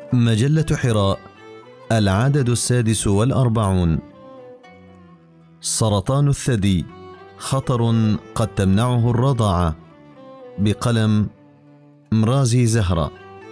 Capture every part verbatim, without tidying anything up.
مجلة حراء، العدد السادس والأربعون. سرطان الثدي، خطر قد تمنعه الرضاعة، بقلم مرازي زهرة.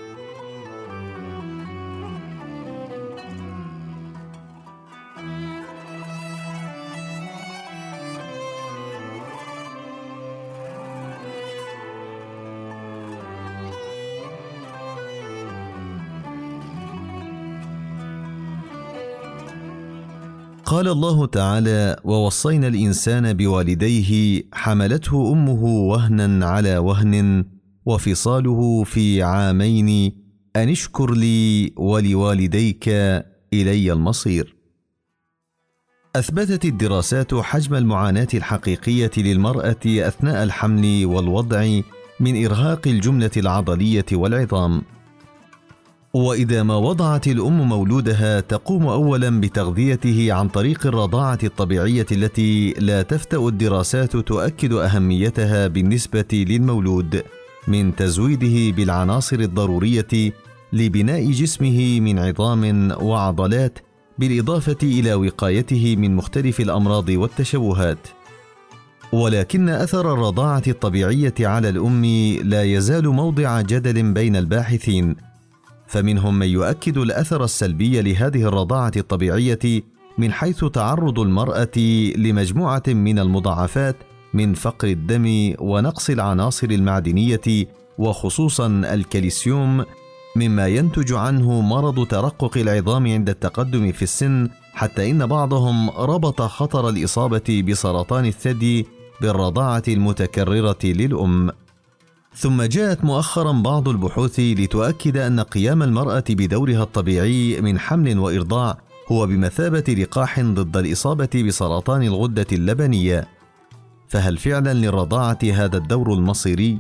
قال الله تعالى: ووصينا الإنسان بوالديه حملته أمه وهنا على وهن وفصاله في عامين أن اشكر لي ولوالديك إلي المصير. أثبتت الدراسات حجم المعاناة الحقيقية للمرأة أثناء الحمل والوضع من إرهاق الجملة العضلية والعظام. وإذا ما وضعت الأم مولودها تقوم أولا بتغذيته عن طريق الرضاعة الطبيعية التي لا تفتأ الدراسات تؤكد أهميتها بالنسبة للمولود، من تزويده بالعناصر الضرورية لبناء جسمه من عظام وعضلات، بالإضافة إلى وقايته من مختلف الأمراض والتشوهات. ولكن أثر الرضاعة الطبيعية على الأم لا يزال موضع جدل بين الباحثين، فمنهم من يؤكد الأثر السلبي لهذه الرضاعة الطبيعية من حيث تعرض المرأة لمجموعة من المضاعفات من فقر الدم ونقص العناصر المعدنية وخصوصا الكالسيوم، مما ينتج عنه مرض ترقق العظام عند التقدم في السن، حتى إن بعضهم ربط خطر الإصابة بسرطان الثدي بالرضاعة المتكررة للأم. ثم جاءت مؤخرا بعض البحوث لتؤكد أن قيام المرأة بدورها الطبيعي من حمل وإرضاع هو بمثابة لقاح ضد الإصابة بسرطان الغدة اللبنية. فهل فعلا للرضاعة هذا الدور المصيري؟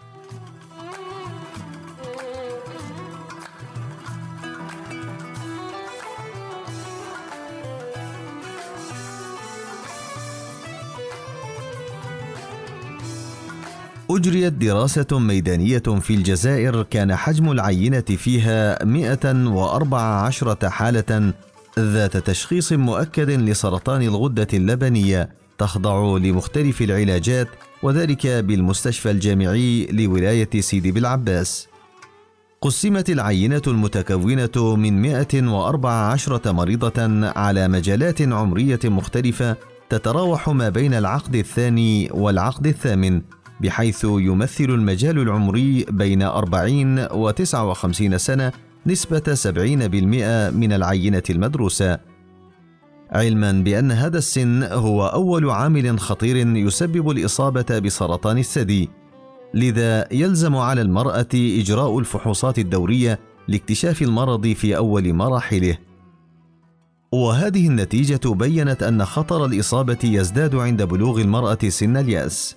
أجريت دراسة ميدانية في الجزائر كان حجم العينة فيها مئة وأربعة عشرة حالة ذات تشخيص مؤكد لسرطان الغدة اللبنية تخضع لمختلف العلاجات، وذلك بالمستشفى الجامعي لولاية سيدي بالعباس. قسمت العينة المتكونة من مئة وأربعة عشرة مريضة على مجالات عمرية مختلفة تتراوح ما بين العقد الثاني والعقد الثامن، بحيث يمثل المجال العمري بين أربعين وتسعة وخمسين سنة نسبة سبعين بالمئة من العينة المدروسة، علما بأن هذا السن هو أول عامل خطير يسبب الإصابة بسرطان الثدي، لذا يلزم على المرأة إجراء الفحوصات الدورية لاكتشاف المرض في أول مراحله. وهذه النتيجة بيّنت أن خطر الإصابة يزداد عند بلوغ المرأة سن اليأس.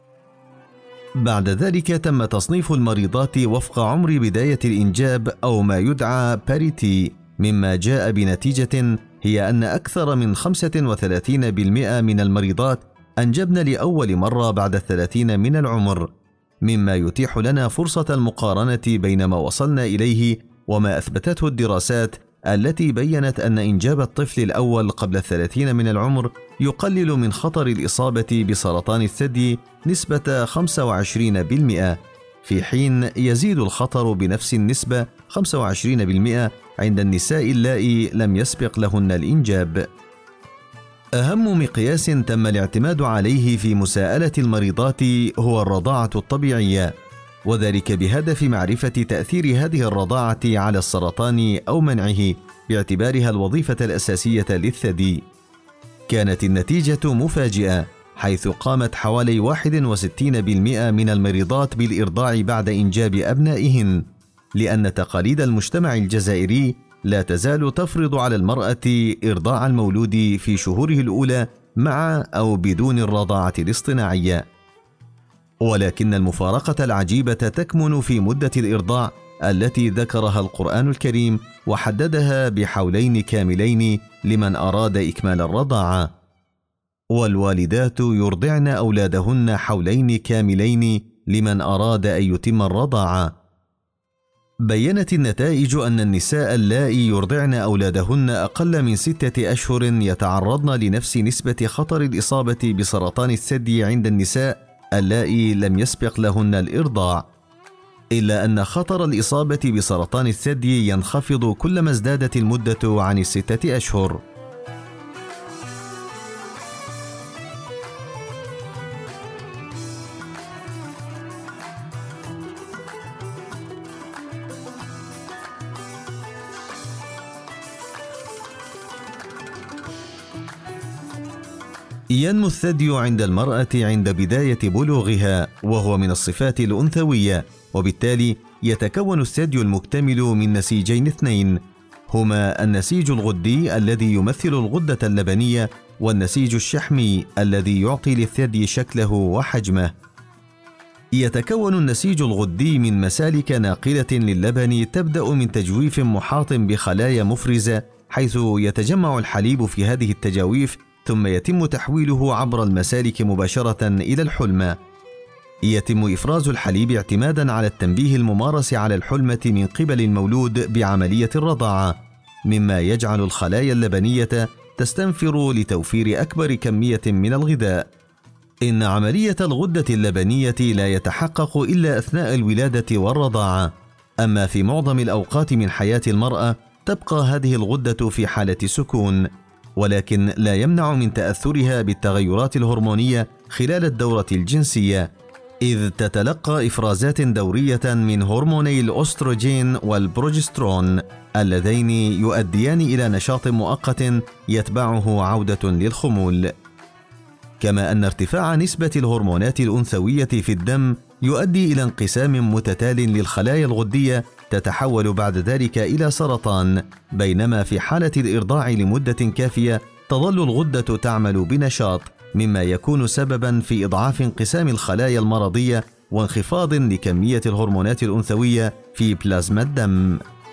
بعد ذلك تم تصنيف المريضات وفق عمر بداية الإنجاب أو ما يدعى باريتي، مما جاء بنتيجة هي أن أكثر من خمسة وثلاثين بالمئة من المريضات أنجبن لأول مرة بعد الثلاثين من العمر، مما يتيح لنا فرصة المقارنة بين ما وصلنا إليه وما أثبتته الدراسات التي بيّنت أن إنجاب الطفل الأول قبل الثلاثين من العمر يقلل من خطر الإصابة بسرطان الثدي نسبة خمسة وعشرين بالمئة، في حين يزيد الخطر بنفس النسبة خمسة وعشرين بالمئة عند النساء اللائي لم يسبق لهن الإنجاب. أهم مقياس تم الاعتماد عليه في مساءلة المريضات هو الرضاعة الطبيعية، وذلك بهدف معرفة تأثير هذه الرضاعة على السرطان أو منعه باعتبارها الوظيفة الأساسية للثدي. كانت النتيجة مفاجئة، حيث قامت حوالي واحد وستين بالمئة من المريضات بالإرضاع بعد إنجاب أبنائهن، لأن تقاليد المجتمع الجزائري لا تزال تفرض على المرأة إرضاع المولود في شهوره الأولى مع أو بدون الرضاعة الاصطناعية. ولكن المفارقة العجيبة تكمن في مدة الإرضاع التي ذكرها القرآن الكريم وحددها بحولين كاملين لمن أراد إكمال الرضاعة: والوالدات يرضعن أولادهن حولين كاملين لمن أراد أن يتم الرضاعة. بيّنت النتائج أن النساء اللائي يرضعن أولادهن أقل من ستة أشهر يتعرضن لنفس نسبة خطر الإصابة بسرطان الثدي عند النساء اللائي لم يسبق لهن الإرضاع، إلا أن خطر الإصابة بسرطان الثدي ينخفض كلما ازدادت المدة عن الستة أشهر. ينمو الثدي عند المرأة عند بداية بلوغها، وهو من الصفات الأنثوية، وبالتالي يتكون الثدي المكتمل من نسيجين اثنين، هما النسيج الغدي الذي يمثل الغدة اللبنية، والنسيج الشحمي الذي يعطي للثدي شكله وحجمه. يتكون النسيج الغدي من مسالك ناقلة للبن تبدأ من تجويف محاط بخلايا مفرزة، حيث يتجمع الحليب في هذه التجاويف، ثم يتم تحويله عبر المسالك مباشرة إلى الحلمة. يتم إفراز الحليب اعتمادا على التنبيه الممارس على الحلمة من قبل المولود بعملية الرضاعة، مما يجعل الخلايا اللبنية تستنفر لتوفير أكبر كمية من الغذاء. إن عملية الغدة اللبنية لا يتحقق إلا أثناء الولادة والرضاعة، أما في معظم الأوقات من حياة المرأة تبقى هذه الغدة في حالة سكون، ولكن لا يمنع من تأثرها بالتغيرات الهرمونية خلال الدورة الجنسية، إذ تتلقى إفرازات دورية من هرموني الأستروجين والبروجسترون اللذين يؤديان إلى نشاط مؤقت يتبعه عودة للخمول. كما أن ارتفاع نسبة الهرمونات الأنثوية في الدم يؤدي إلى انقسام متتال للخلايا الغدية تتحول بعد ذلك إلى سرطان، بينما في حالة الإرضاع لمدة كافية تظل الغدة تعمل بنشاط، مما يكون سببا في إضعاف انقسام الخلايا المرضية وانخفاض لكمية الهرمونات الأنثوية في بلازما الدم.